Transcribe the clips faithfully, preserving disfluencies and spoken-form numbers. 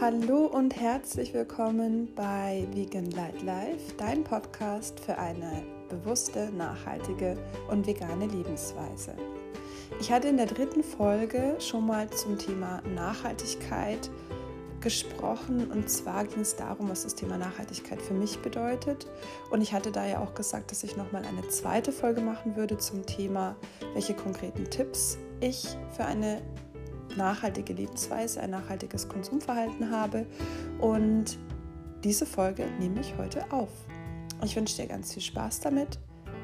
Hallo und herzlich willkommen bei Vegan Light Life, dein Podcast für eine bewusste, nachhaltige und vegane Lebensweise. Ich hatte in der dritten Folge schon mal zum Thema Nachhaltigkeit gesprochen, und zwar ging es darum, was das Thema Nachhaltigkeit für mich bedeutet, und ich hatte da ja auch gesagt, dass ich nochmal eine zweite Folge machen würde zum Thema, welche konkreten Tipps ich für eine nachhaltige Lebensweise, ein nachhaltiges Konsumverhalten habe, und diese Folge nehme ich heute auf. Ich wünsche dir ganz viel Spaß damit.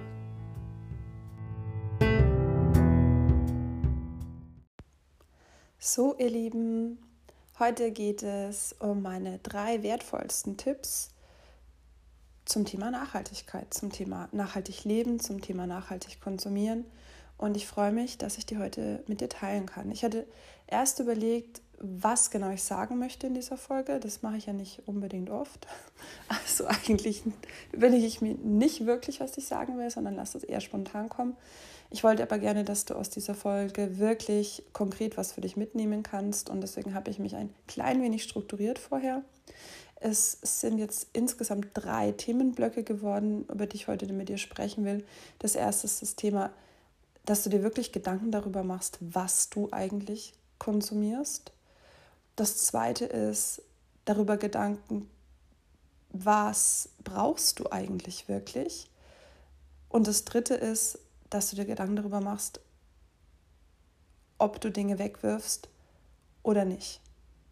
So, ihr Lieben, heute geht es um meine drei wertvollsten Tipps zum Thema Nachhaltigkeit, zum Thema nachhaltig leben, zum Thema nachhaltig konsumieren. Und ich freue mich, dass ich die heute mit dir teilen kann. Ich hatte erst überlegt, was genau ich sagen möchte in dieser Folge. Das mache ich ja nicht unbedingt oft. Also eigentlich überlege ich mir nicht wirklich, was ich sagen will, sondern lasse es eher spontan kommen. Ich wollte aber gerne, dass du aus dieser Folge wirklich konkret was für dich mitnehmen kannst. Und deswegen habe ich mich ein klein wenig strukturiert vorher. Es sind jetzt insgesamt drei Themenblöcke geworden, über die ich heute mit dir sprechen will. Das erste ist das Thema, dass du dir wirklich Gedanken darüber machst, was du eigentlich konsumierst. Das zweite ist, darüber Gedanken, was brauchst du eigentlich wirklich? Und das dritte ist, dass du dir Gedanken darüber machst, ob du Dinge wegwirfst oder nicht.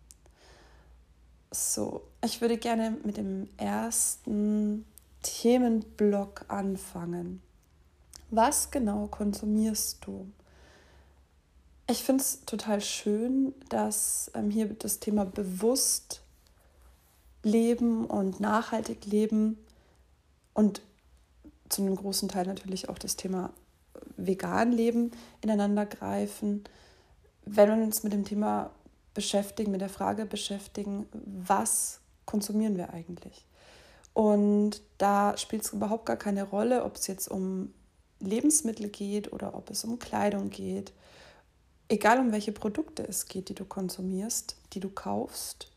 So, ich würde gerne mit dem ersten Themenblock anfangen. Was genau konsumierst du? Ich finde es total schön, dass ähm, hier das Thema bewusst leben und nachhaltig leben und zu einem großen Teil natürlich auch das Thema vegan leben ineinander greifen. Wenn wir uns mit dem Thema beschäftigen, mit der Frage beschäftigen, was konsumieren wir eigentlich? Und da spielt es überhaupt gar keine Rolle, ob es jetzt um Lebensmittel geht oder ob es um Kleidung geht. Egal um welche Produkte es geht, die du konsumierst, die du kaufst.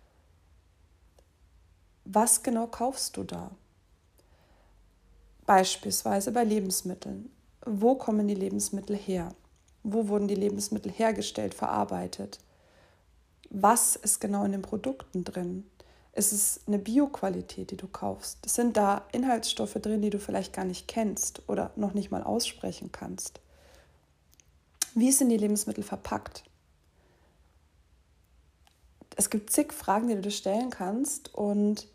Was genau kaufst du da? Beispielsweise bei Lebensmitteln. Wo kommen die Lebensmittel her? Wo wurden die Lebensmittel hergestellt, verarbeitet? Was ist genau in den Produkten drin? Ist es eine Bio-Qualität, die du kaufst? Sind da Inhaltsstoffe drin, die du vielleicht gar nicht kennst oder noch nicht mal aussprechen kannst? Wie sind die Lebensmittel verpackt? Es gibt zig Fragen, die du dir stellen kannst, und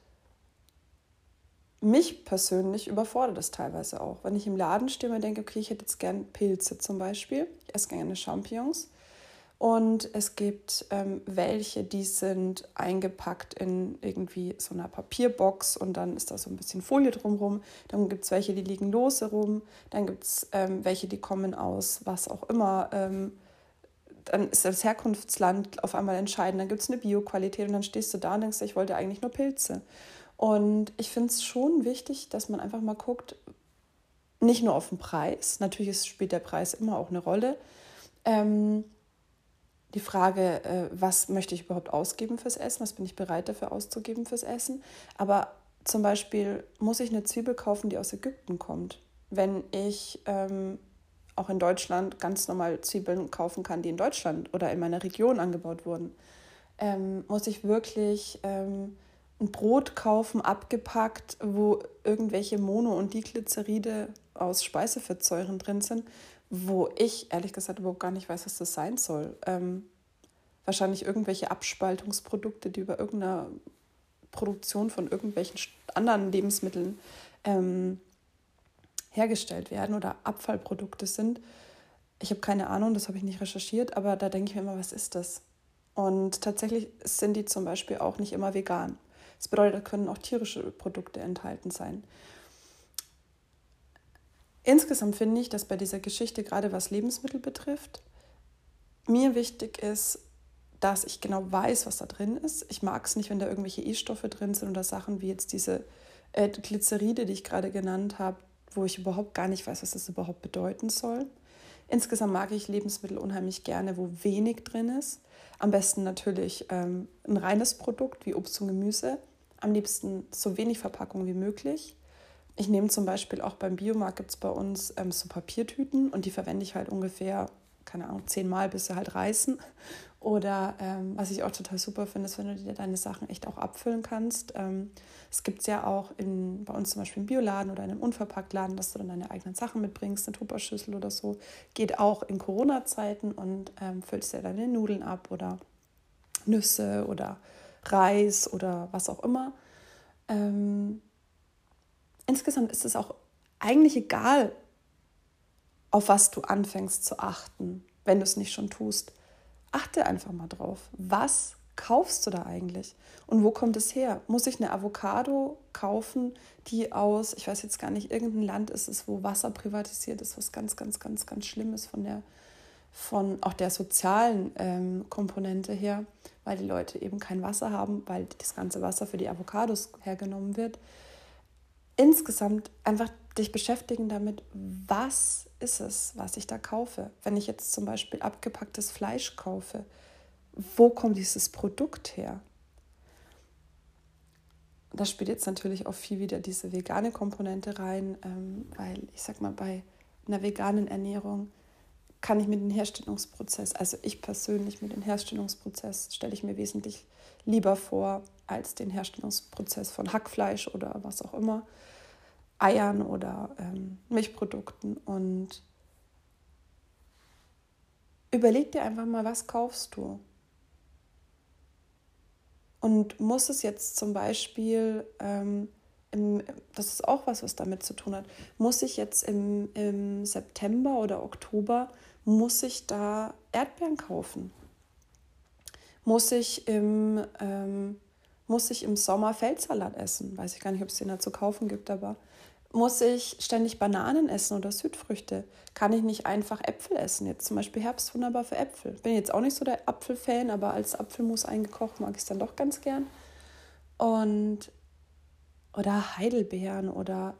mich persönlich überfordert das teilweise auch. Wenn ich im Laden stehe und denke, okay, ich hätte jetzt gern Pilze zum Beispiel, ich esse gerne Champignons, und es gibt ähm, welche, die sind eingepackt in irgendwie so einer Papierbox, und dann ist da so ein bisschen Folie drumherum. Dann gibt es welche, die liegen lose rum. Dann gibt es ähm, welche, die kommen aus was auch immer. Ähm, dann ist das Herkunftsland auf einmal entscheidend. Dann gibt es eine Bio-Qualität, und dann stehst du da und denkst, ich wollte eigentlich nur Pilze. Und ich finde es schon wichtig, dass man einfach mal guckt, nicht nur auf den Preis. Natürlich spielt der Preis immer auch eine Rolle. Ähm, Die Frage, äh, was möchte ich überhaupt ausgeben fürs Essen, was bin ich bereit dafür auszugeben fürs Essen. Aber zum Beispiel muss ich eine Zwiebel kaufen, die aus Ägypten kommt, wenn ich ähm, auch in Deutschland ganz normal Zwiebeln kaufen kann, die in Deutschland oder in meiner Region angebaut wurden. Ähm, muss ich wirklich ähm, ein Brot kaufen, abgepackt, wo irgendwelche Mono- und Diglyceride aus Speisefettsäuren drin sind, wo ich ehrlich gesagt überhaupt gar nicht weiß, was das sein soll. Ähm, wahrscheinlich irgendwelche Abspaltungsprodukte, die über irgendeine Produktion von irgendwelchen anderen Lebensmitteln ähm, hergestellt werden oder Abfallprodukte sind. Ich habe keine Ahnung, das habe ich nicht recherchiert, aber da denke ich mir immer, was ist das? Und tatsächlich sind die zum Beispiel auch nicht immer vegan. Das bedeutet, da können auch tierische Produkte enthalten sein. Insgesamt finde ich, dass bei dieser Geschichte, gerade was Lebensmittel betrifft, mir wichtig ist, dass ich genau weiß, was da drin ist. Ich mag es nicht, wenn da irgendwelche E-Stoffe drin sind oder Sachen wie jetzt diese äh, Glyceride, die ich gerade genannt habe, wo ich überhaupt gar nicht weiß, was das überhaupt bedeuten soll. Insgesamt mag ich Lebensmittel unheimlich gerne, wo wenig drin ist. Am besten natürlich ähm, ein reines Produkt wie Obst und Gemüse. Am liebsten so wenig Verpackung wie möglich. Ich nehme zum Beispiel auch beim Biomarkt, gibt es bei uns ähm, so Papiertüten und die verwende ich halt ungefähr, keine Ahnung, zehnmal, bis sie halt reißen. Oder ähm, was ich auch total super finde, ist, wenn du dir deine Sachen echt auch abfüllen kannst. Ähm, es gibt es ja auch in, bei uns zum Beispiel im Bioladen oder in einem Unverpacktladen, dass du dann deine eigenen Sachen mitbringst, eine Tupperschüssel oder so. Geht auch in Corona-Zeiten und ähm, füllst dir deine Nudeln ab oder Nüsse oder Reis oder was auch immer. Ähm, insgesamt ist es auch eigentlich egal, auf was du anfängst zu achten, wenn du es nicht schon tust. Achte einfach mal drauf. Was kaufst du da eigentlich? Und wo kommt es her? Muss ich eine Avocado kaufen, die aus, ich weiß jetzt gar nicht, irgendein Land ist es, wo Wasser privatisiert ist, was ganz, ganz, ganz, ganz schlimm ist von der, von auch der sozialen ähm, Komponente her, weil die Leute eben kein Wasser haben, weil das ganze Wasser für die Avocados hergenommen wird. Insgesamt einfach dich beschäftigen damit, was ist es, was ich da kaufe. Wenn ich jetzt zum Beispiel abgepacktes Fleisch kaufe, wo kommt dieses Produkt her? Da spielt jetzt natürlich auch viel wieder diese vegane Komponente rein, ähm, weil ich sag mal, bei einer veganen Ernährung kann ich mir den Herstellungsprozess, also ich persönlich mit dem Herstellungsprozess stelle ich mir wesentlich lieber vor als den Herstellungsprozess von Hackfleisch oder was auch immer, Eiern oder ähm, Milchprodukten. Und überleg dir einfach mal, was kaufst du? Und muss es jetzt zum Beispiel, ähm, im, das ist auch was, was damit zu tun hat, muss ich jetzt im, im September oder Oktober, muss ich da Erdbeeren kaufen? Muss ich im, ähm, muss ich im Sommer Feldsalat essen? Weiß ich gar nicht, ob es den da zu kaufen gibt, aber muss ich ständig Bananen essen oder Südfrüchte? Kann ich nicht einfach Äpfel essen? Jetzt zum Beispiel Herbst wunderbar für Äpfel. Bin jetzt auch nicht so der Apfelfan, aber als Apfelmus eingekocht mag ich es dann doch ganz gern. Und oder Heidelbeeren oder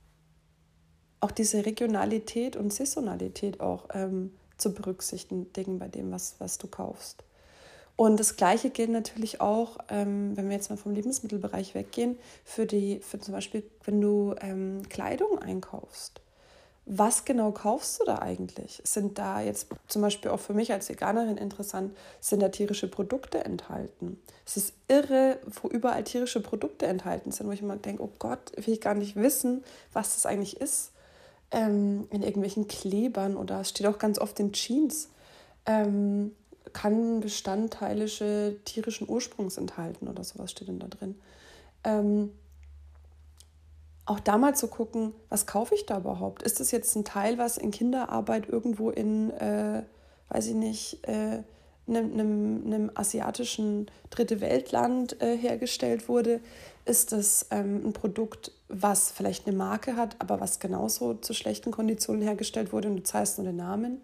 auch diese Regionalität und Saisonalität auch ähm, zu berücksichtigen bei dem, was, was du kaufst. Und das Gleiche gilt natürlich auch, ähm, wenn wir jetzt mal vom Lebensmittelbereich weggehen, für die, für zum Beispiel, wenn du ähm, Kleidung einkaufst. Was genau kaufst du da eigentlich? Sind da jetzt zum Beispiel auch für mich als Veganerin interessant, sind da tierische Produkte enthalten? Es ist irre, wo überall tierische Produkte enthalten sind, wo ich immer denke, oh Gott, will ich gar nicht wissen, was das eigentlich ist. Ähm, in irgendwelchen Klebern oder es steht auch ganz oft in Jeans. Ähm, kann bestandteilische tierischen Ursprungs enthalten oder sowas steht denn da drin. Ähm, auch da mal zu gucken, was kaufe ich da überhaupt? Ist das jetzt ein Teil, was in Kinderarbeit irgendwo in, äh, weiß ich nicht, äh, einem, einem, einem asiatischen Dritte Weltland äh, hergestellt wurde? Ist das ähm, ein Produkt, was vielleicht eine Marke hat, aber was genauso zu schlechten Konditionen hergestellt wurde und du zahlst nur den Namen?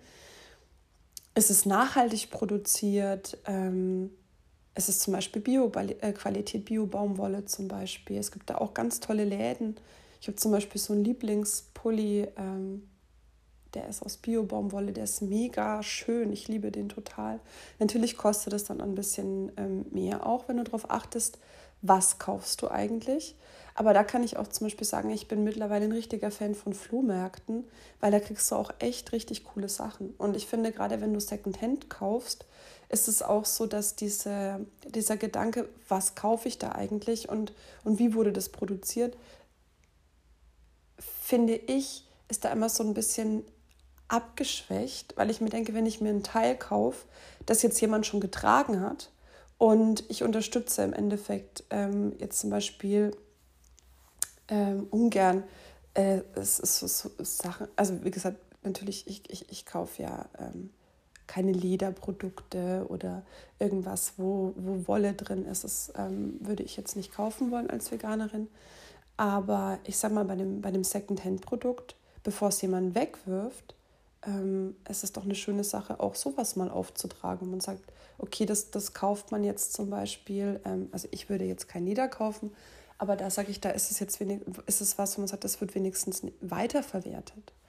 Ist es nachhaltig produziert? Ähm, es ist zum Beispiel Bio-Qualität, Bio-Baumwolle zum Beispiel. Es gibt da auch ganz tolle Läden. Ich habe zum Beispiel so einen Lieblingspulli, ähm, der ist aus Bio-Baumwolle, der ist mega schön. Ich liebe den total. Natürlich kostet es dann ein bisschen ähm, mehr auch, wenn du darauf achtest, was kaufst du eigentlich. Aber da kann ich auch zum Beispiel sagen, ich bin mittlerweile ein richtiger Fan von Flohmärkten, weil da kriegst du auch echt richtig coole Sachen. Und ich finde, gerade wenn du Secondhand kaufst, ist es auch so, dass diese, dieser Gedanke, was kaufe ich da eigentlich und, und wie wurde das produziert, finde ich, ist da immer so ein bisschen abgeschwächt, weil ich mir denke, wenn ich mir ein Teil kaufe, das jetzt jemand schon getragen hat und ich unterstütze im Endeffekt ähm, jetzt zum Beispiel ähm, ungern äh, es ist so, so Sachen, also wie gesagt, natürlich, ich, ich, ich kaufe ja ähm, keine Lederprodukte oder irgendwas, wo, wo Wolle drin ist. Das ähm, würde ich jetzt nicht kaufen wollen als Veganerin. Aber ich sag mal, bei dem, bei dem Secondhand-Produkt, bevor es jemand wegwirft, ähm, es ist doch eine schöne Sache, auch sowas mal aufzutragen. Man sagt, okay, das, das kauft man jetzt zum Beispiel, ähm, also ich würde jetzt kein Leder kaufen, aber da sage ich, da ist es jetzt wenig, ist es was, wo man sagt, das wird wenigstens weiterverwertet.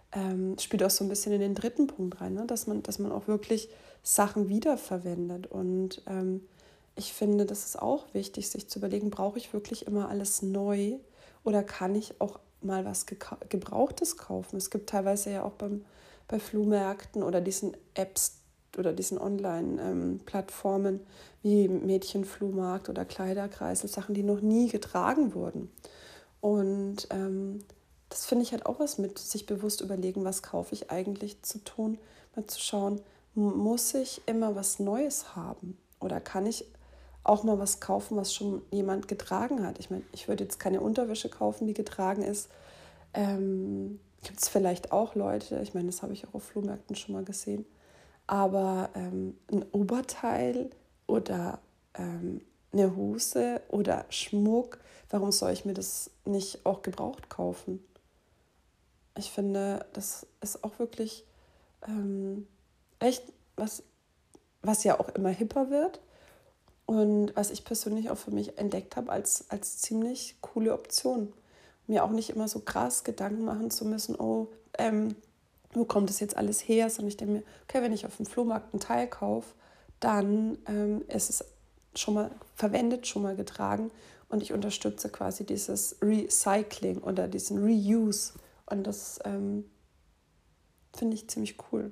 ähm, spielt auch so ein bisschen in den dritten Punkt rein, ne? dass man, dass man auch wirklich Sachen wiederverwendet. Und ähm, ich finde, das ist auch wichtig, sich zu überlegen, brauche ich wirklich immer alles neu oder kann ich auch mal was Gekau- Gebrauchtes kaufen? Es gibt teilweise ja auch beim, bei Flohmärkten oder diesen Apps oder diesen Online-Plattformen wie Mädchenflohmarkt oder Kleiderkreisel, Sachen, die noch nie getragen wurden. Und ähm, das finde ich halt auch was mit, sich bewusst überlegen, was kaufe ich eigentlich zu tun, mal zu schauen, muss ich immer was Neues haben oder kann ich auch mal was kaufen, was schon jemand getragen hat. Ich meine, ich würde jetzt keine Unterwäsche kaufen, die getragen ist. Ähm, Gibt es vielleicht auch Leute, ich meine, das habe ich auch auf Flohmärkten schon mal gesehen, aber ähm, ein Oberteil oder ähm, eine Hose oder Schmuck, warum soll ich mir das nicht auch gebraucht kaufen? Ich finde, das ist auch wirklich ähm, echt was, was ja auch immer hipper wird und was ich persönlich auch für mich entdeckt habe als, als ziemlich coole Option. Mir auch nicht immer so krass Gedanken machen zu müssen, oh, ähm, wo kommt das jetzt alles her? Sondern ich denke mir, okay, wenn ich auf dem Flohmarkt ein Teil kaufe, dann ähm, ist es schon mal verwendet, schon mal getragen und ich unterstütze quasi dieses Recycling oder diesen Reuse und das ähm, finde ich ziemlich cool.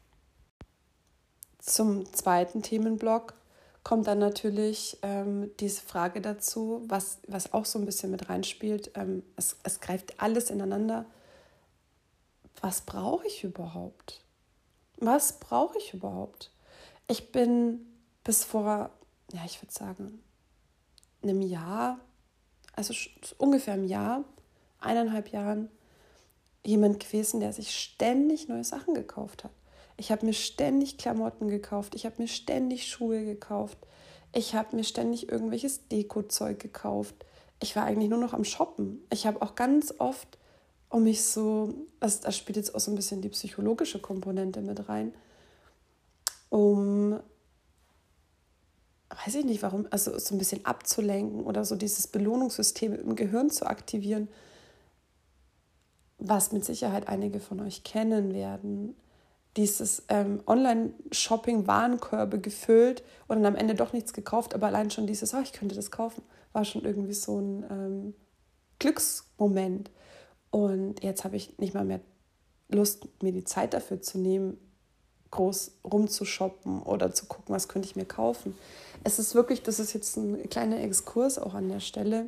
Zum zweiten Themenblock kommt dann natürlich ähm, diese Frage dazu, was, was auch so ein bisschen mit reinspielt. Ähm, es, es greift alles ineinander. Was brauche ich überhaupt? Was brauche ich überhaupt? Ich bin bis vor, ja, ich würde sagen, einem Jahr, also ungefähr einem Jahr, eineinhalb Jahren, jemand gewesen, der sich ständig neue Sachen gekauft hat. Ich habe mir ständig Klamotten gekauft, ich habe mir ständig Schuhe gekauft, ich habe mir ständig irgendwelches Dekozeug gekauft. Ich war eigentlich nur noch am Shoppen. Ich habe auch ganz oft, um mich so, also da spielt jetzt auch so ein bisschen die psychologische Komponente mit rein, um, weiß ich nicht warum, also so ein bisschen abzulenken oder so dieses Belohnungssystem im Gehirn zu aktivieren, was mit Sicherheit einige von euch kennen werden. Dieses ähm, Online-Shopping-Warenkörbe gefüllt und dann am Ende doch nichts gekauft, aber allein schon dieses, oh, ich könnte das kaufen, war schon irgendwie so ein ähm, Glücksmoment. Und jetzt habe ich nicht mal mehr Lust, mir die Zeit dafür zu nehmen, groß rumzushoppen oder zu gucken, was könnte ich mir kaufen. Es ist wirklich, das ist jetzt ein kleiner Exkurs auch an der Stelle.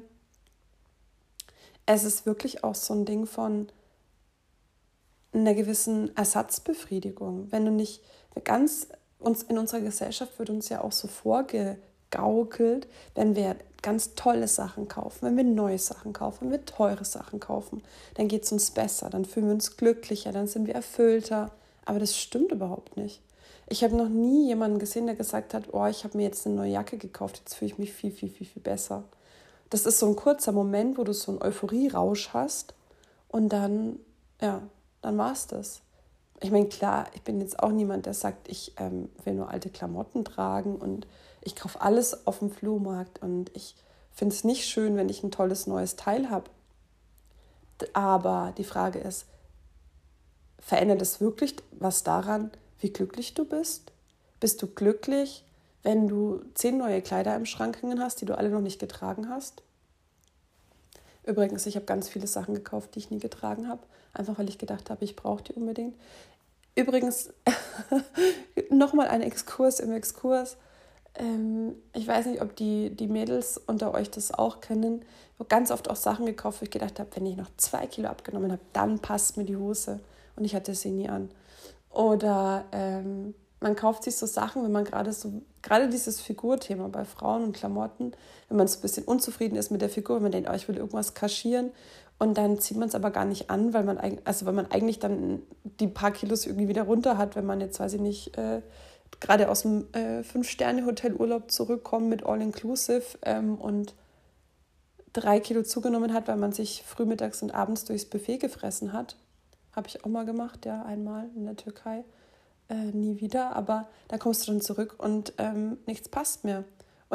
Es ist wirklich auch so ein Ding von einer gewissen Ersatzbefriedigung. Wenn du nicht ganz, uns in unserer Gesellschaft wird uns ja auch so vorgegaukelt, wenn wir ganz tolle Sachen kaufen, wenn wir neue Sachen kaufen, wenn wir teure Sachen kaufen, dann geht es uns besser, dann fühlen wir uns glücklicher, dann sind wir erfüllter. Aber das stimmt überhaupt nicht. Ich habe noch nie jemanden gesehen, der gesagt hat, oh, ich habe mir jetzt eine neue Jacke gekauft, jetzt fühle ich mich viel, viel, viel, viel besser. Das ist so ein kurzer Moment, wo du so einen Euphorierausch hast und dann, ja, dann war es das. Ich meine, klar, ich bin jetzt auch niemand, der sagt, ich ähm, will nur alte Klamotten tragen und ich kaufe alles auf dem Flohmarkt und ich finde es nicht schön, wenn ich ein tolles neues Teil habe. Aber die Frage ist, verändert es wirklich was daran, wie glücklich du bist? Bist du glücklich, wenn du zehn neue Kleider im Schrank hängen hast, die du alle noch nicht getragen hast? Übrigens, ich habe ganz viele Sachen gekauft, die ich nie getragen habe, einfach weil ich gedacht habe, ich brauche die unbedingt. Übrigens, nochmal ein Exkurs im Exkurs. Ähm, ich weiß nicht, ob die, die Mädels unter euch das auch kennen. Ich habe ganz oft auch Sachen gekauft, wo ich gedacht habe, wenn ich noch zwei Kilo abgenommen habe, dann passt mir die Hose. Und ich hatte sie nie an. Oder ähm, man kauft sich so Sachen, wenn man gerade so, gerade dieses Figurthema bei Frauen und Klamotten, wenn man so ein bisschen unzufrieden ist mit der Figur, wenn man denkt, oh, ich will irgendwas kaschieren und dann zieht man es aber gar nicht an, weil man, also weil man eigentlich dann die paar Kilos irgendwie wieder runter hat, wenn man jetzt, weiß ich nicht, äh, gerade aus dem äh, Fünf-Sterne-Hotel-Urlaub zurückkommt mit All-Inclusive ähm, und drei Kilo zugenommen hat, weil man sich frühmittags und abends durchs Buffet gefressen hat. Habe ich auch mal gemacht, ja, einmal in der Türkei. Äh, nie wieder, aber da kommst du dann zurück und ähm, nichts passt mehr.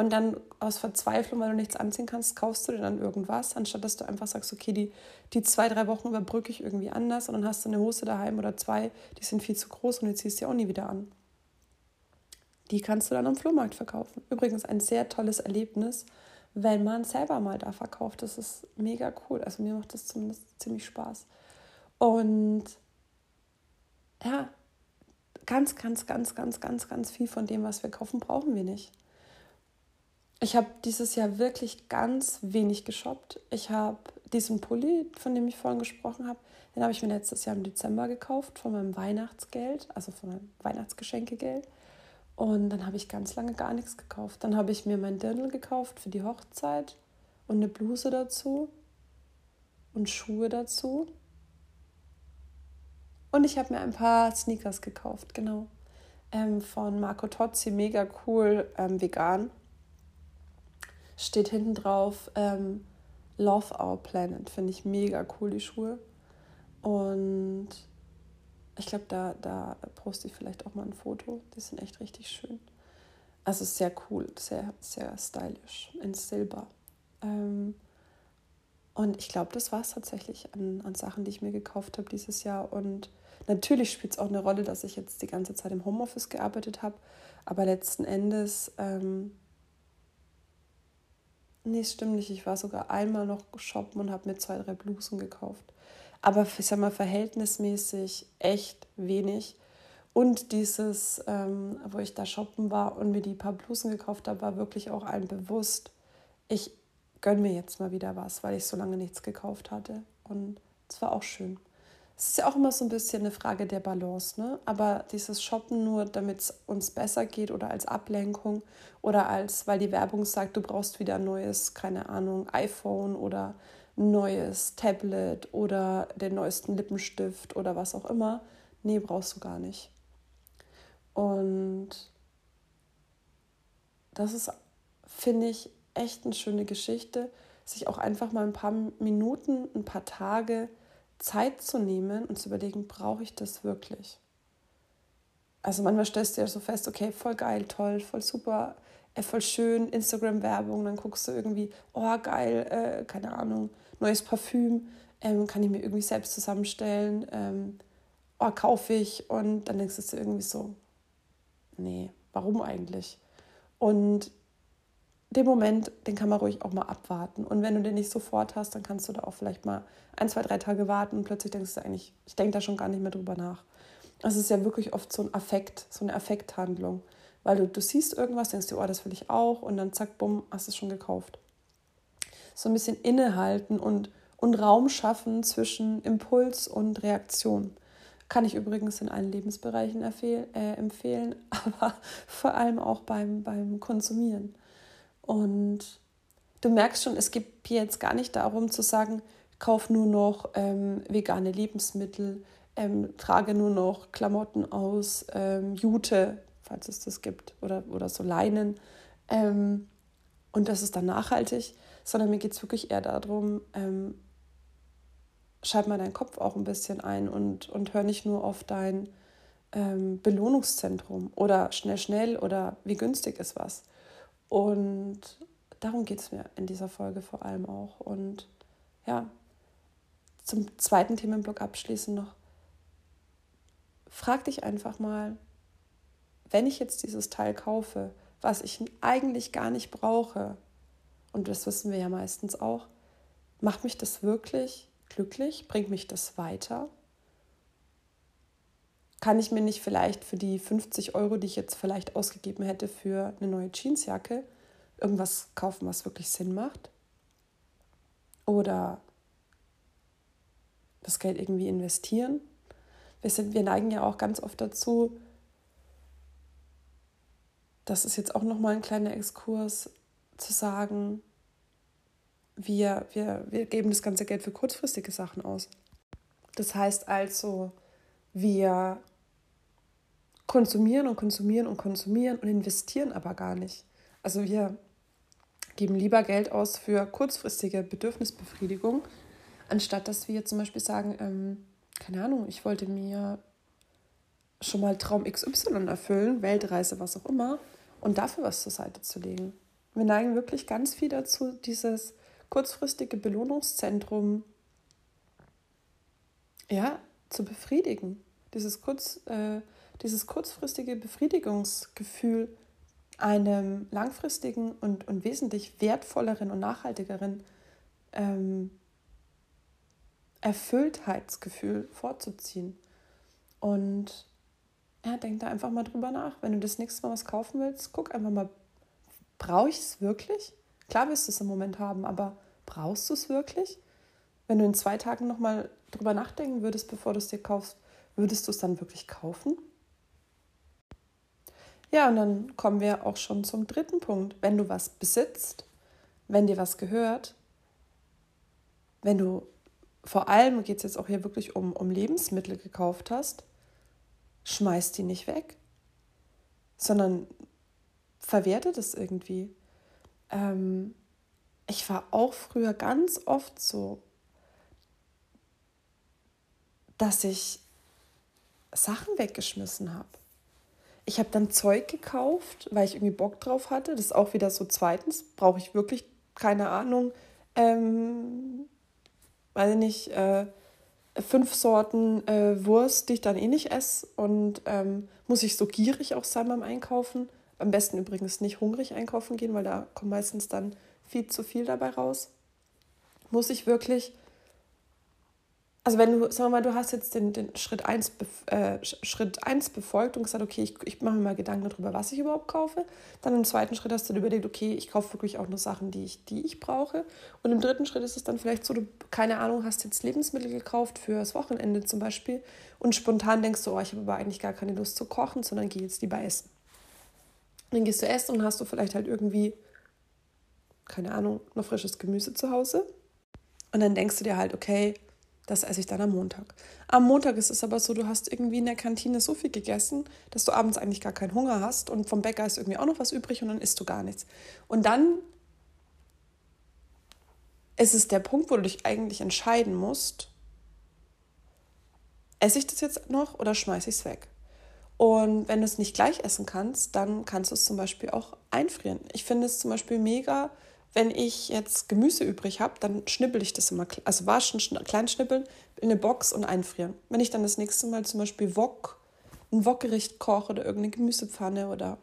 Und dann aus Verzweiflung, weil du nichts anziehen kannst, kaufst du dir dann irgendwas, anstatt dass du einfach sagst, okay, die, die zwei, drei Wochen überbrücke ich irgendwie anders und dann hast du eine Hose daheim oder zwei, die sind viel zu groß und die ziehst du auch nie wieder an. Die kannst du dann am Flohmarkt verkaufen. Übrigens ein sehr tolles Erlebnis, wenn man selber mal da verkauft. Das ist mega cool. Also mir macht das zumindest ziemlich Spaß. Und ja, ganz, ganz, ganz, ganz, ganz, ganz viel von dem, was wir kaufen, brauchen wir nicht. Ich habe dieses Jahr wirklich ganz wenig geshoppt. Ich habe diesen Pulli, von dem ich vorhin gesprochen habe, den habe ich mir letztes Jahr im Dezember gekauft, von meinem Weihnachtsgeld, also von meinem Weihnachtsgeschenkegeld. Und dann habe ich ganz lange gar nichts gekauft. Dann habe ich mir mein Dirndl gekauft für die Hochzeit und eine Bluse dazu und Schuhe dazu. Und ich habe mir ein paar Sneakers gekauft, genau, ähm, von Marco Tozzi, mega cool, ähm, vegan. Steht hinten drauf, ähm, Love Our Planet, finde ich mega cool, die Schuhe. Und ich glaube, da, da poste ich vielleicht auch mal ein Foto. Die sind echt richtig schön. Also sehr cool, sehr, sehr stylisch, in Silber. Ähm, und ich glaube, das war es tatsächlich an, an Sachen, die ich mir gekauft habe dieses Jahr. Und natürlich spielt es auch eine Rolle, dass ich jetzt die ganze Zeit im Homeoffice gearbeitet habe. Aber letzten Endes, ähm, nee, es stimmt nicht. Ich war sogar einmal noch shoppen und habe mir zwei, drei Blusen gekauft. Aber ich sag mal, verhältnismäßig echt wenig. Und dieses, ähm, wo ich da shoppen war und mir die paar Blusen gekauft habe, war wirklich auch allen bewusst, ich gönne mir jetzt mal wieder was, weil ich so lange nichts gekauft hatte. Und es war auch schön. Es ist ja auch immer so ein bisschen eine Frage der Balance, ne? Aber dieses Shoppen nur, damit es uns besser geht oder als Ablenkung oder als, weil die Werbung sagt, du brauchst wieder ein neues, keine Ahnung, iPhone oder ein neues Tablet oder den neuesten Lippenstift oder was auch immer. Nee, brauchst du gar nicht. Und das ist, finde ich, echt eine schöne Geschichte, sich auch einfach mal ein paar Minuten, ein paar Tage Zeit zu nehmen und zu überlegen, brauche ich das wirklich? Also manchmal stellst du ja so fest, okay, voll geil, toll, voll super, äh, voll schön, Instagram-Werbung, dann guckst du irgendwie, oh geil, äh, keine Ahnung, neues Parfüm, ähm, kann ich mir irgendwie selbst zusammenstellen, ähm, oh, kaufe ich, und dann denkst du dir irgendwie so, nee, warum eigentlich? Und den Moment, den kann man ruhig auch mal abwarten. Und wenn du den nicht sofort hast, dann kannst du da auch vielleicht mal ein, zwei, drei Tage warten und plötzlich denkst du eigentlich, ich denke da schon gar nicht mehr drüber nach. Also es ist ja wirklich oft so ein Affekt, so eine Affekthandlung. Weil du, du siehst irgendwas, denkst dir, oh, das will ich auch, und dann zack, bumm, hast du es schon gekauft. So ein bisschen innehalten und, und Raum schaffen zwischen Impuls und Reaktion. Kann ich übrigens in allen Lebensbereichen empfehl, äh, empfehlen, aber vor allem auch beim, beim Konsumieren. Und du merkst schon, es geht hier jetzt gar nicht darum zu sagen, kauf nur noch ähm, vegane Lebensmittel, ähm, trage nur noch Klamotten aus ähm, Jute, falls es das gibt, oder, oder so Leinen. Ähm, und das ist dann nachhaltig, sondern mir geht es wirklich eher darum, ähm, schalt mal deinen Kopf auch ein bisschen ein und, und hör nicht nur auf dein ähm, Belohnungszentrum oder schnell, schnell oder wie günstig ist was. Und darum geht es mir in dieser Folge vor allem auch. Und ja, zum zweiten Themenblock abschließend noch. Frag dich einfach mal, wenn ich jetzt dieses Teil kaufe, was ich eigentlich gar nicht brauche, und das wissen wir ja meistens auch, macht mich das wirklich glücklich? Bringt mich das weiter? Kann ich mir nicht vielleicht für die fünfzig Euro, die ich jetzt vielleicht ausgegeben hätte für eine neue Jeansjacke, irgendwas kaufen, was wirklich Sinn macht? Oder das Geld irgendwie investieren? Wir, sind, wir neigen ja auch ganz oft dazu, das ist jetzt auch nochmal ein kleiner Exkurs, zu sagen, wir, wir, wir geben das ganze Geld für kurzfristige Sachen aus. Das heißt also, wir konsumieren und konsumieren und konsumieren und investieren aber gar nicht. Also wir geben lieber Geld aus für kurzfristige Bedürfnisbefriedigung, anstatt dass wir zum Beispiel sagen, ähm, keine Ahnung, ich wollte mir schon mal Traum X Y erfüllen, Weltreise, was auch immer, und dafür was zur Seite zu legen. Wir neigen wirklich ganz viel dazu, dieses kurzfristige Belohnungszentrum ja, zu befriedigen. Dieses, kurz, äh, dieses kurzfristige Befriedigungsgefühl einem langfristigen und, und wesentlich wertvolleren und nachhaltigeren ähm, Erfülltheitsgefühl vorzuziehen. Und ja, denk da einfach mal drüber nach. Wenn du das nächste Mal was kaufen willst, guck einfach mal, brauche ich es wirklich? Klar wirst du es im Moment haben, aber brauchst du es wirklich? Wenn du in zwei Tagen nochmal drüber nachdenken würdest, bevor du es dir kaufst, würdest du es dann wirklich kaufen? Ja, und dann kommen wir auch schon zum dritten Punkt. Wenn du was besitzt, wenn dir was gehört, wenn du, vor allem geht es jetzt auch hier wirklich um, um Lebensmittel gekauft hast, schmeiß die nicht weg, sondern verwerte das irgendwie. Ähm, ich war auch früher ganz oft so, dass ich Sachen weggeschmissen habe. Ich habe dann Zeug gekauft, weil ich irgendwie Bock drauf hatte. Das ist auch wieder so zweitens, brauche ich wirklich, keine Ahnung, ähm, weiß ich nicht, äh, fünf Sorten äh, Wurst, die ich dann eh nicht esse. Und ähm, muss ich so gierig auch sein beim Einkaufen. Am besten übrigens nicht hungrig einkaufen gehen, weil da kommt meistens dann viel zu viel dabei raus. Muss ich wirklich... Also wenn du, sagen wir mal, du hast jetzt den, den Schritt eins äh, Schritt eins befolgt und gesagt, okay, ich, ich mache mir mal Gedanken darüber, was ich überhaupt kaufe. Dann im zweiten Schritt hast du dir überlegt, okay, ich kaufe wirklich auch nur Sachen, die ich, die ich brauche. Und im dritten Schritt ist es dann vielleicht so, du, keine Ahnung, hast jetzt Lebensmittel gekauft für das Wochenende zum Beispiel und spontan denkst du, oh, ich habe aber eigentlich gar keine Lust zu kochen, sondern geh jetzt lieber essen. Und dann gehst du essen und hast du vielleicht halt irgendwie, keine Ahnung, noch frisches Gemüse zu Hause. Und dann denkst du dir halt, okay, das esse ich dann am Montag. Am Montag ist es aber so, du hast irgendwie in der Kantine so viel gegessen, dass du abends eigentlich gar keinen Hunger hast und vom Bäcker ist irgendwie auch noch was übrig und dann isst du gar nichts. Und dann ist es der Punkt, wo du dich eigentlich entscheiden musst, esse ich das jetzt noch oder schmeiße ich es weg? Und wenn du es nicht gleich essen kannst, dann kannst du es zum Beispiel auch einfrieren. Ich finde es zum Beispiel mega, wenn ich jetzt Gemüse übrig habe, dann schnippel ich das immer, also waschen, klein schnippeln, in eine Box und einfrieren. Wenn ich dann das nächste Mal zum Beispiel Wok, ein Wokgericht koche oder irgendeine Gemüsepfanne oder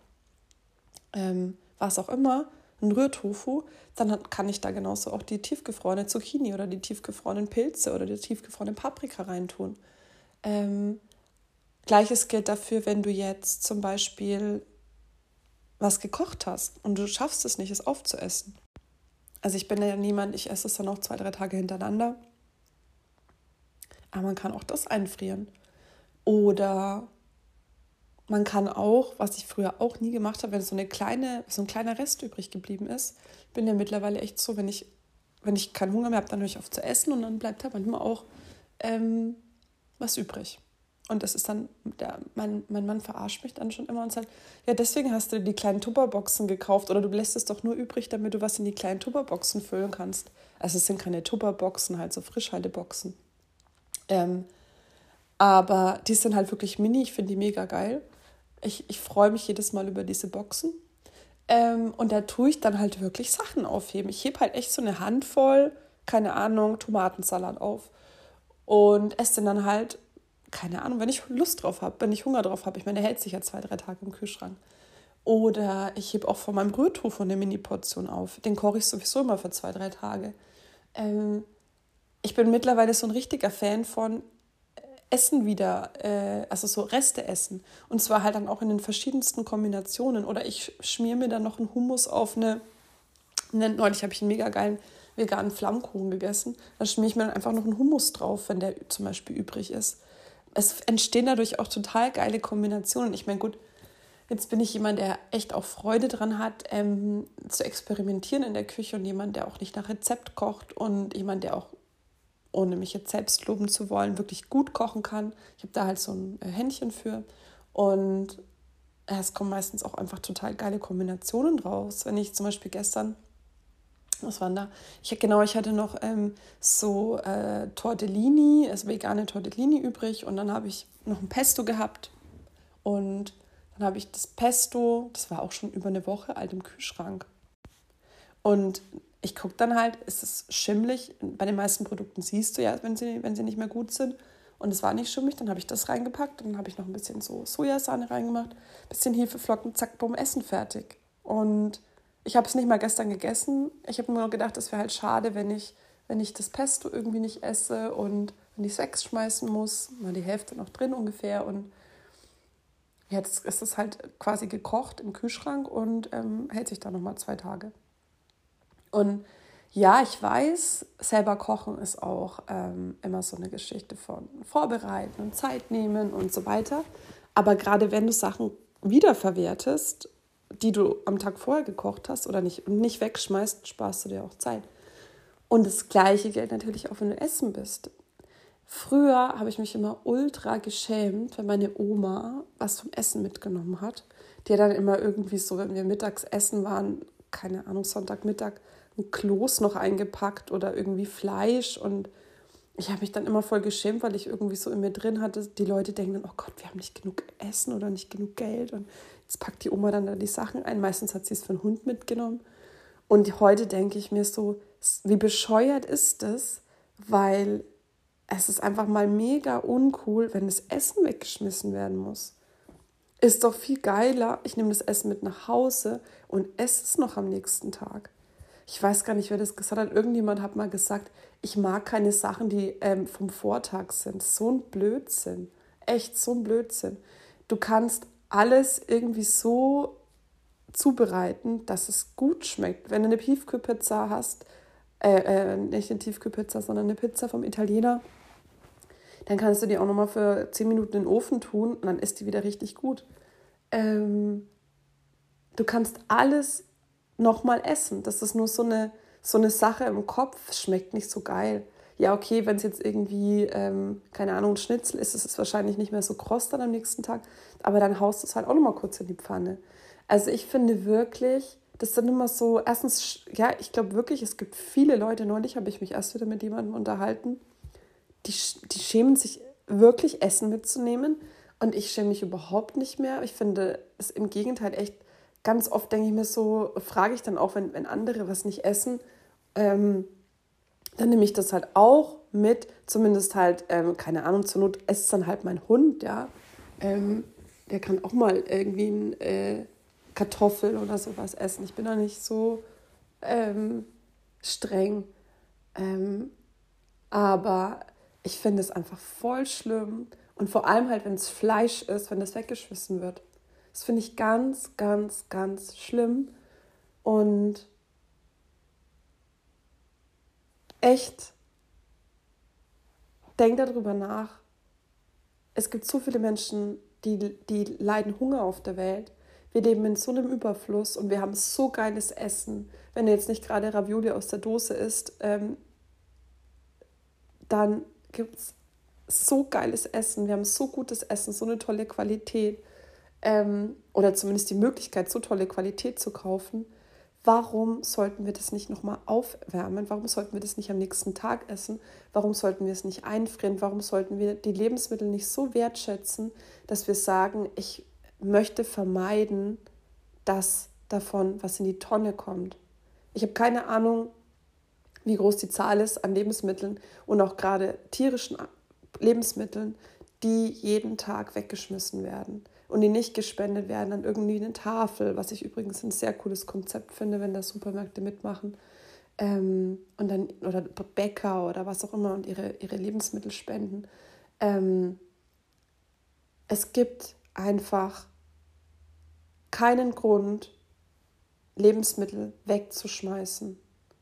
ähm, was auch immer, ein Rührtofu, dann kann ich da genauso auch die tiefgefrorene Zucchini oder die tiefgefrorenen Pilze oder die tiefgefrorene Paprika reintun. Ähm, Gleiches gilt dafür, wenn du jetzt zum Beispiel was gekocht hast und du schaffst es nicht, es aufzuessen. Also ich bin ja niemand, ich esse es dann auch zwei, drei Tage hintereinander. Aber man kann auch das einfrieren. Oder man kann auch, was ich früher auch nie gemacht habe, wenn so eine kleine, so ein kleiner Rest übrig geblieben ist, bin ja mittlerweile echt so, wenn ich, wenn ich keinen Hunger mehr habe, dann höre ich auf zu essen und dann bleibt da manchmal auch ähm, was übrig. Und das ist dann, der, mein, mein Mann verarscht mich dann schon immer und sagt, ja, deswegen hast du die kleinen Tupperboxen gekauft oder du lässt es doch nur übrig, damit du was in die kleinen Tupperboxen füllen kannst. Also es sind keine Tupperboxen, halt so Frischhalteboxen. Ähm, aber die sind halt wirklich mini, ich finde die mega geil. Ich, ich freue mich jedes Mal über diese Boxen. Ähm, und da tue ich dann halt wirklich Sachen aufheben. Ich hebe halt echt so eine Handvoll, keine Ahnung, Tomatensalat auf und esse den dann halt, keine Ahnung, wenn ich Lust drauf habe, wenn ich Hunger drauf habe. Ich meine, der hält sich ja zwei, drei Tage im Kühlschrank. Oder ich hebe auch von meinem Rührtofu eine Mini-Portion auf. Den koche ich sowieso immer für zwei, drei Tage. Ähm, ich bin mittlerweile so ein richtiger Fan von Essen wieder, äh, also so Reste essen. Und zwar halt dann auch in den verschiedensten Kombinationen. Oder ich schmier mir dann noch einen Hummus auf eine, eine neulich habe ich einen mega geilen veganen Flammkuchen gegessen. Da schmier ich mir dann einfach noch einen Hummus drauf, wenn der zum Beispiel übrig ist. Es entstehen dadurch auch total geile Kombinationen. Ich meine, gut, jetzt bin ich jemand, der echt auch Freude dran hat, ähm, zu experimentieren in der Küche und jemand, der auch nicht nach Rezept kocht und jemand, der auch, ohne mich jetzt selbst loben zu wollen, wirklich gut kochen kann. Ich habe da halt so ein Händchen für und es kommen meistens auch einfach total geile Kombinationen raus. Wenn ich zum Beispiel gestern, was waren da? Ich, genau, ich hatte noch ähm, so äh, Tortellini, also vegane Tortellini übrig und dann habe ich noch ein Pesto gehabt und dann habe ich das Pesto, das war auch schon über eine Woche alt im Kühlschrank. Und ich gucke dann halt, ist es schimmelig? Bei den meisten Produkten siehst du ja, wenn sie, wenn sie nicht mehr gut sind. Und es war nicht schimmelig, dann habe ich das reingepackt. Dann habe ich noch ein bisschen so Sojasahne reingemacht, ein bisschen Hefeflocken, zack, bumm, Essen fertig. Und ich habe es nicht mal gestern gegessen. Ich habe nur noch gedacht, es wäre halt schade, wenn ich, wenn ich das Pesto irgendwie nicht esse und wenn ich es wegschmeißen muss. Mal die Hälfte noch drin ungefähr. Und jetzt ist es halt quasi gekocht im Kühlschrank und ähm, hält sich dann nochmal zwei Tage. Und ja, ich weiß, selber kochen ist auch ähm, immer so eine Geschichte von Vorbereiten und Zeit nehmen und so weiter. Aber gerade wenn du Sachen wiederverwertest, die du am Tag vorher gekocht hast oder nicht, und nicht wegschmeißt, sparst du dir auch Zeit. Und das Gleiche gilt natürlich auch, wenn du essen bist. Früher habe ich mich immer ultra geschämt, wenn meine Oma was zum Essen mitgenommen hat. Die hat dann immer irgendwie so, wenn wir mittags essen waren, keine Ahnung, Sonntagmittag, ein Kloß noch eingepackt oder irgendwie Fleisch. Und ich habe mich dann immer voll geschämt, weil ich irgendwie so in mir drin hatte, die Leute denken dann, oh Gott, wir haben nicht genug Essen oder nicht genug Geld. Und jetzt packt die Oma dann da die Sachen ein. Meistens hat sie es für den Hund mitgenommen. Und heute denke ich mir so, wie bescheuert ist das, weil es ist einfach mal mega uncool, wenn das Essen weggeschmissen werden muss. Ist doch viel geiler, ich nehme das Essen mit nach Hause und esse es noch am nächsten Tag. Ich weiß gar nicht, wer das gesagt hat. Irgendjemand hat mal gesagt, ich mag keine Sachen, die ähm, vom Vortag sind. So ein Blödsinn. Echt so ein Blödsinn. Du kannst alles irgendwie so zubereiten, dass es gut schmeckt. Wenn du eine Tiefkühlpizza hast, äh, äh, nicht eine Tiefkühlpizza, sondern eine Pizza vom Italiener, dann kannst du die auch nochmal für zehn Minuten in den Ofen tun und dann ist die wieder richtig gut. Ähm, du kannst alles nochmal essen. Das ist nur so eine, so eine Sache im Kopf, schmeckt nicht so geil. Ja, okay, wenn es jetzt irgendwie, ähm, keine Ahnung, ein Schnitzel ist, ist es wahrscheinlich nicht mehr so kross dann am nächsten Tag, aber dann haust du es halt auch nochmal kurz in die Pfanne. Also ich finde wirklich, das sind immer so, erstens, ja, ich glaube wirklich, es gibt viele Leute, neulich habe ich mich erst wieder mit jemandem unterhalten, die, die schämen sich wirklich, Essen mitzunehmen und ich schäme mich überhaupt nicht mehr. Ich finde es im Gegenteil echt, ganz oft denke ich mir so, frage ich dann auch, wenn, wenn andere was nicht essen, ähm, dann nehme ich das halt auch mit, zumindest halt, ähm, keine Ahnung, zur Not esst dann halt mein Hund, ja, ähm, der kann auch mal irgendwie ein äh, Kartoffel oder sowas essen. Ich bin da nicht so ähm, streng, ähm, aber ich finde es einfach voll schlimm und vor allem halt, wenn es Fleisch ist, wenn das weggeschmissen wird. Das finde ich ganz, ganz, ganz schlimm und echt, denk darüber nach. Es gibt so viele Menschen, die, die leiden Hunger auf der Welt. Wir leben in so einem Überfluss und wir haben so geiles Essen. Wenn du jetzt nicht gerade Ravioli aus der Dose isst, ähm, dann gibt es so geiles Essen. Wir haben so gutes Essen, so eine tolle Qualität. Ähm, oder zumindest die Möglichkeit, so tolle Qualität zu kaufen. Warum sollten wir das nicht nochmal aufwärmen? Warum sollten wir das nicht am nächsten Tag essen? Warum sollten wir es nicht einfrieren? Warum sollten wir die Lebensmittel nicht so wertschätzen, dass wir sagen, ich möchte vermeiden, dass davon was in die Tonne kommt? Ich habe keine Ahnung, wie groß die Zahl ist an Lebensmitteln und auch gerade tierischen Lebensmitteln, die jeden Tag weggeschmissen werden und die nicht gespendet werden an irgendwie eine Tafel, was ich übrigens ein sehr cooles Konzept finde, wenn da Supermärkte mitmachen ähm, und dann oder Bäcker oder was auch immer und ihre, ihre Lebensmittel spenden. Ähm, es gibt einfach keinen Grund, Lebensmittel wegzuschmeißen,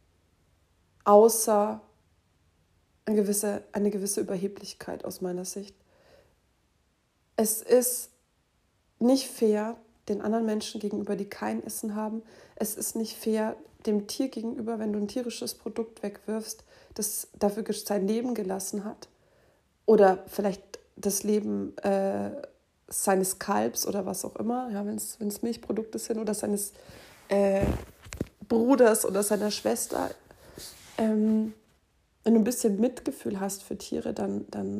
außer eine gewisse, eine gewisse Überheblichkeit aus meiner Sicht. Es ist nicht fair den anderen Menschen gegenüber, die kein Essen haben. Es ist nicht fair dem Tier gegenüber, wenn du ein tierisches Produkt wegwirfst, das dafür sein Leben gelassen hat. Oder vielleicht das Leben äh, seines Kalbs oder was auch immer, ja, wenn es Milchprodukte sind, oder seines äh, Bruders oder seiner Schwester. Ähm, wenn du ein bisschen Mitgefühl hast für Tiere, dann, dann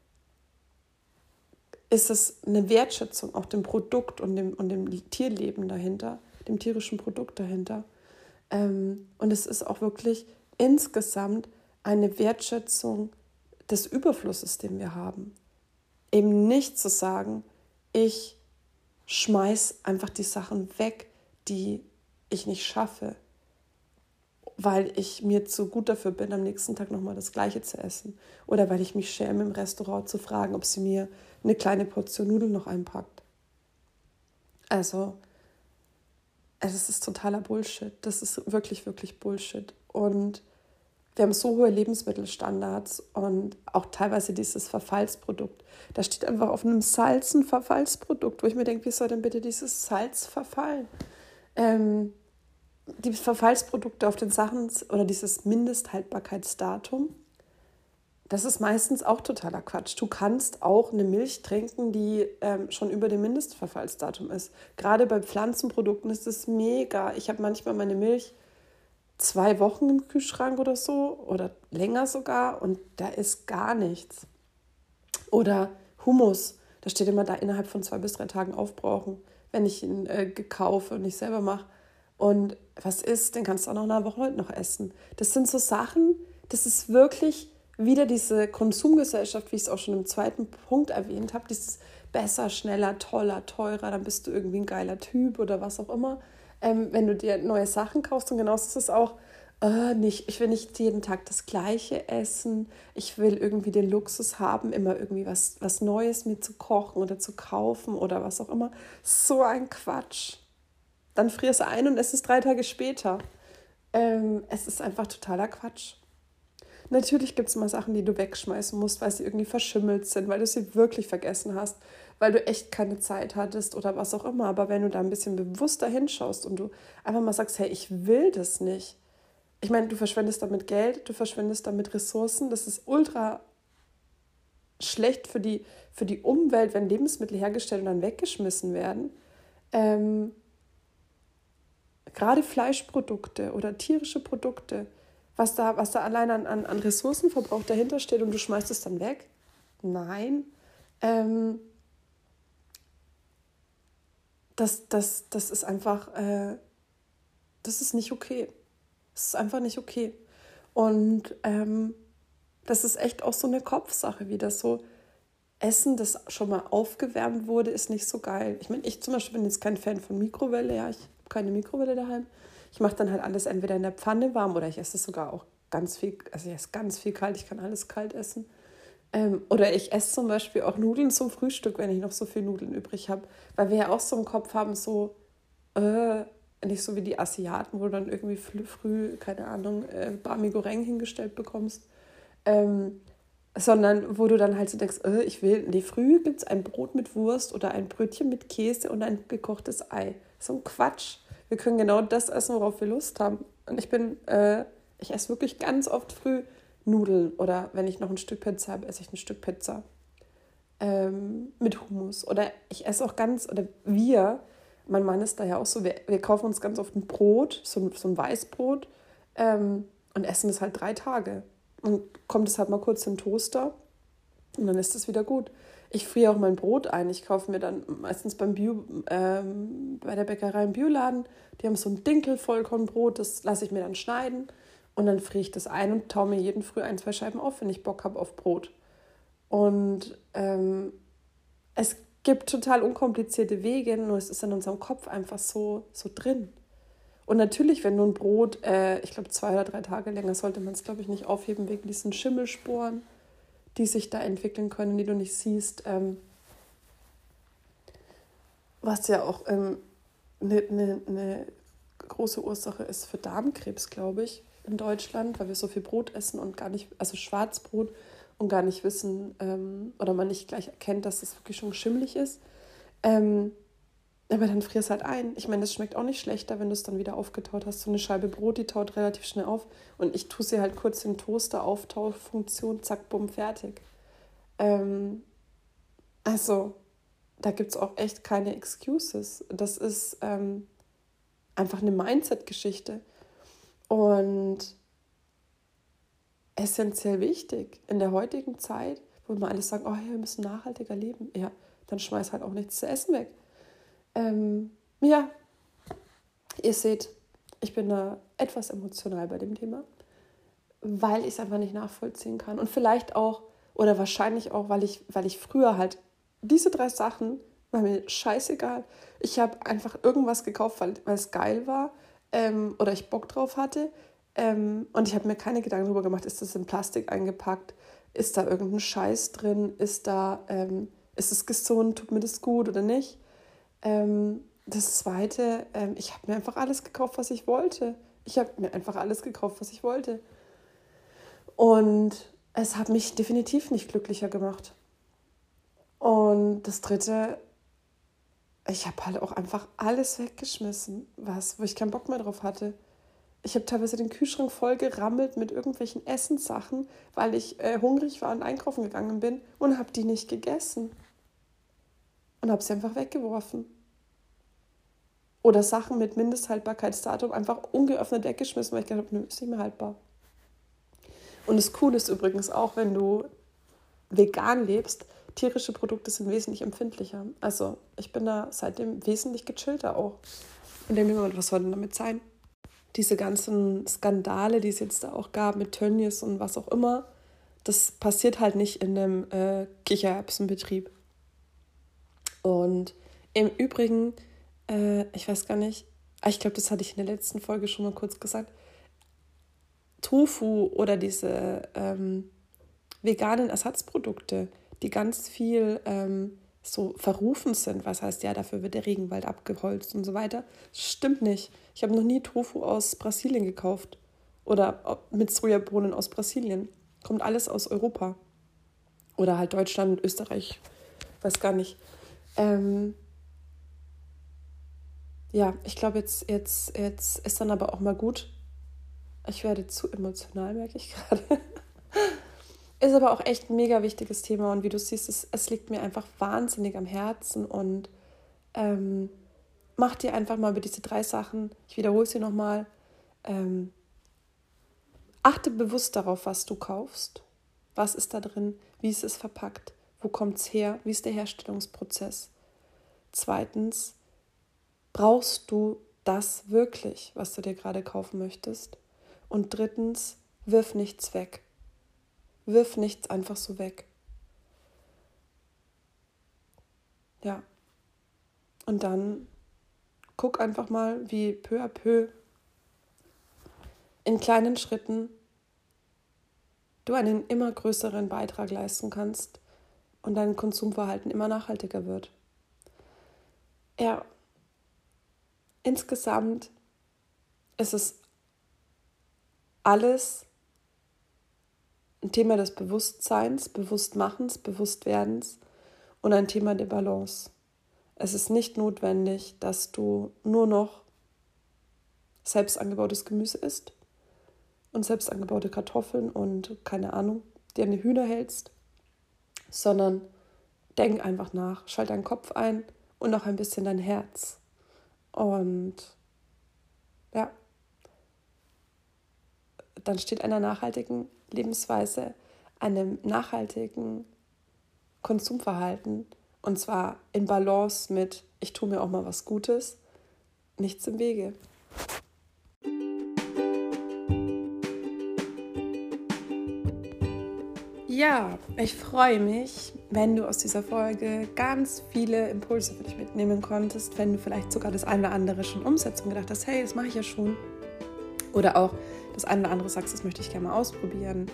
ist es eine Wertschätzung auch dem Produkt und dem, und dem Tierleben dahinter, dem tierischen Produkt dahinter. Ähm, und es ist auch wirklich insgesamt eine Wertschätzung des Überflusses, den wir haben. Eben nicht zu sagen, ich schmeiß einfach die Sachen weg, die ich nicht schaffe, weil ich mir zu gut dafür bin, am nächsten Tag nochmal das Gleiche zu essen. Oder weil ich mich schäme, im Restaurant zu fragen, ob sie mir eine kleine Portion Nudeln noch einpackt. Also, es ist totaler Bullshit. Das ist wirklich, wirklich Bullshit. Und wir haben so hohe Lebensmittelstandards und auch teilweise dieses Verfallsprodukt. Da steht einfach auf einem Salz ein Verfallsprodukt, wo ich mir denke, wie soll denn bitte dieses Salz verfallen? Ähm, die Verfallsprodukte auf den Sachen oder dieses Mindesthaltbarkeitsdatum, das ist meistens auch totaler Quatsch. Du kannst auch eine Milch trinken, die ähm, schon über dem Mindestverfallsdatum ist. Gerade bei Pflanzenprodukten ist es mega. Ich habe manchmal meine Milch zwei Wochen im Kühlschrank oder so oder länger sogar und da ist gar nichts. Oder Hummus, da steht immer da innerhalb von zwei bis drei Tagen aufbrauchen, wenn ich ihn äh, gekaufe und nicht selber mache. Und was ist, den kannst du auch noch eine Woche heute noch essen. Das sind so Sachen, das ist wirklich wieder diese Konsumgesellschaft, wie ich es auch schon im zweiten Punkt erwähnt habe, dieses besser, schneller, toller, teurer, dann bist du irgendwie ein geiler Typ oder was auch immer. Ähm, wenn du dir neue Sachen kaufst und genauso ist es auch, äh, nicht, ich will nicht jeden Tag das Gleiche essen, ich will irgendwie den Luxus haben, immer irgendwie was, was Neues mir zu kochen oder zu kaufen oder was auch immer. So ein Quatsch. Dann frierst du ein und es ist drei Tage später. Ähm, es ist einfach totaler Quatsch. Natürlich gibt es mal Sachen, die du wegschmeißen musst, weil sie irgendwie verschimmelt sind, weil du sie wirklich vergessen hast, weil du echt keine Zeit hattest oder was auch immer. Aber wenn du da ein bisschen bewusster hinschaust und du einfach mal sagst, hey, ich will das nicht. Ich meine, du verschwendest damit Geld, du verschwendest damit Ressourcen. Das ist ultra schlecht für die, für die Umwelt, wenn Lebensmittel hergestellt und dann weggeschmissen werden. Ähm, gerade Fleischprodukte oder tierische Produkte, was da, was da allein an, an, an Ressourcenverbrauch dahinter steht und du schmeißt es dann weg? Nein. Ähm, das, das, das ist einfach, äh, das ist nicht okay. Das ist einfach nicht okay. Und ähm, das ist echt auch so eine Kopfsache wieder so. Essen, das schon mal aufgewärmt wurde, ist nicht so geil. Ich meine, ich zum Beispiel bin jetzt kein Fan von Mikrowelle. Ja, ich habe keine Mikrowelle daheim. Ich mache dann halt alles entweder in der Pfanne warm oder ich esse es sogar auch ganz viel, also ich esse ganz viel kalt, ich kann alles kalt essen. Ähm, oder ich esse zum Beispiel auch Nudeln zum Frühstück, wenn ich noch so viel Nudeln übrig habe. Weil wir ja auch so im Kopf haben, so, äh, nicht so wie die Asiaten, wo du dann irgendwie früh, früh keine Ahnung, äh, Bami Goreng hingestellt bekommst. Ähm, sondern wo du dann halt so denkst, äh, ich will, nee, früh gibt es ein Brot mit Wurst oder ein Brötchen mit Käse und ein gekochtes Ei. So ein Quatsch. Wir können genau das essen, worauf wir Lust haben. Und ich bin, äh, ich esse wirklich ganz oft früh Nudeln oder wenn ich noch ein Stück Pizza habe, esse ich ein Stück Pizza ähm, mit Hummus. Oder ich esse auch ganz, oder wir, mein Mann ist da ja auch so, wir, wir kaufen uns ganz oft ein Brot, so ein, so ein Weißbrot ähm, und essen es halt drei Tage. Und kommt es halt mal kurz in den Toaster und dann ist es wieder gut. Ich friere auch mein Brot ein. Ich kaufe mir dann meistens beim Bio, ähm, bei der Bäckerei im Bioladen, die haben so ein Dinkel-Vollkornbrot, das lasse ich mir dann schneiden und dann friere ich das ein und taue mir jeden Früh ein, zwei Scheiben auf, wenn ich Bock habe auf Brot. Und ähm, es gibt total unkomplizierte Wege, nur es ist in unserem Kopf einfach so, so drin. Und natürlich, wenn du ein Brot, äh, ich glaube zwei oder drei Tage länger, sollte man es, glaube ich, nicht aufheben wegen diesen Schimmelsporen, die sich da entwickeln können, die du nicht siehst. Ähm, was ja auch eine ähm, ne, ne, ne große Ursache ist für Darmkrebs, glaube ich, in Deutschland, weil wir so viel Brot essen und gar nicht, also Schwarzbrot und gar nicht wissen ähm, oder man nicht gleich erkennt, dass es wirklich schon schimmelig ist. Ähm, Aber dann frierst halt ein. Ich meine, das schmeckt auch nicht schlechter, wenn du es dann wieder aufgetaut hast. So eine Scheibe Brot, die taut relativ schnell auf. Und ich tue sie halt kurz in den Toaster, Auftaufunktion, zack, bumm, fertig. Ähm, also, da gibt es auch echt keine Excuses. Das ist ähm, einfach eine Mindset-Geschichte. Und essentiell wichtig in der heutigen Zeit, wo immer alle sagen, oh, ja, wir müssen nachhaltiger leben. Ja, dann schmeiß halt auch nichts zu essen weg. Ähm, ja, ihr seht, Ich bin da etwas emotional bei dem Thema, weil ich es einfach nicht nachvollziehen kann. Und vielleicht auch, oder wahrscheinlich auch, weil ich, weil ich früher halt diese drei Sachen, war mir scheißegal. Ich habe einfach irgendwas gekauft, weil, weil es geil war ähm, oder ich Bock drauf hatte. Ähm, und ich habe mir keine Gedanken darüber gemacht, ist das in Plastik eingepackt? Ist da irgendein Scheiß drin? Ist da, ähm, ist es gesund? Tut mir das gut oder nicht? Ähm, das Zweite, ähm, ich habe mir einfach alles gekauft, was ich wollte. Ich habe mir einfach alles gekauft, was ich wollte. Und es hat mich definitiv nicht glücklicher gemacht. Und das Dritte, ich habe halt auch einfach alles weggeschmissen, was, wo ich keinen Bock mehr drauf hatte. Ich habe teilweise den Kühlschrank voll gerammelt mit irgendwelchen Essenssachen, weil ich äh, hungrig war und einkaufen gegangen bin und habe die nicht gegessen. Und habe sie einfach weggeworfen. Oder Sachen mit Mindesthaltbarkeitsdatum einfach ungeöffnet weggeschmissen, weil ich gedacht habe, nö, ist nicht mehr haltbar. Und das Coole ist übrigens auch, wenn du vegan lebst, tierische Produkte sind wesentlich empfindlicher. Also ich bin da seitdem wesentlich gechillter auch. Und denke mir, was soll denn damit sein? Diese ganzen Skandale, die es jetzt da auch gab mit Tönnies und was auch immer, das passiert halt nicht in einem äh, Kichererbsenbetrieb. Und im Übrigen, äh, ich weiß gar nicht, ich glaube, das hatte ich in der letzten Folge schon mal kurz gesagt, Tofu oder diese ähm, veganen Ersatzprodukte, die ganz viel ähm, so verrufen sind, was heißt, ja, dafür wird der Regenwald abgeholzt und so weiter. Stimmt nicht. Ich habe noch nie Tofu aus Brasilien gekauft oder mit Sojabohnen aus Brasilien. Kommt alles aus Europa. Oder halt Deutschland, Österreich, weiß gar nicht. Ähm, ja, ich glaube, jetzt, jetzt, jetzt ist dann aber auch mal gut. Ich werde zu emotional, merke ich gerade. Ist aber auch echt ein mega wichtiges Thema und wie du siehst, es, es liegt mir einfach wahnsinnig am Herzen und ähm, mach dir einfach mal über diese drei Sachen, ich wiederhole sie nochmal, ähm, achte bewusst darauf, was du kaufst, was ist da drin, wie ist es verpackt, wo kommt es her, wie ist der Herstellungsprozess. Zweitens, brauchst du das wirklich, was du dir gerade kaufen möchtest? Und drittens, wirf nichts weg. Wirf nichts einfach so weg. Ja. Und dann guck einfach mal, wie peu à peu in kleinen Schritten du einen immer größeren Beitrag leisten kannst und dein Konsumverhalten immer nachhaltiger wird. Ja. Insgesamt ist es alles ein Thema des Bewusstseins, Bewusstmachens, Bewusstwerdens und ein Thema der Balance. Es ist nicht notwendig, dass du nur noch selbst angebautes Gemüse isst und selbst angebaute Kartoffeln und keine Ahnung, dir eine Hühner hältst, sondern denk einfach nach, schalt deinen Kopf ein und noch ein bisschen dein Herz. Und ja, dann steht einer nachhaltigen Lebensweise, einem nachhaltigen Konsumverhalten und zwar in Balance mit, ich tue mir auch mal was Gutes, nichts im Wege. Ja, ich freue mich, wenn du aus dieser Folge ganz viele Impulse für dich mitnehmen konntest, wenn du vielleicht sogar das eine oder andere schon umsetzt und gedacht hast, hey, das mache ich ja schon. Oder auch das eine oder andere sagst, das möchte ich gerne mal ausprobieren.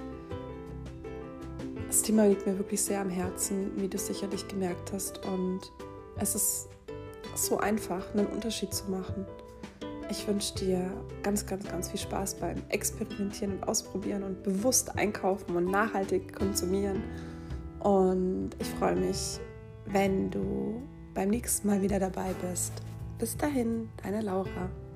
Das Thema liegt mir wirklich sehr am Herzen, wie du sicherlich gemerkt hast. Und es ist so einfach, einen Unterschied zu machen. Ich wünsche dir ganz, ganz, ganz viel Spaß beim Experimentieren und Ausprobieren und bewusst einkaufen und nachhaltig konsumieren. Und ich freue mich, wenn du beim nächsten Mal wieder dabei bist. Bis dahin, deine Laura.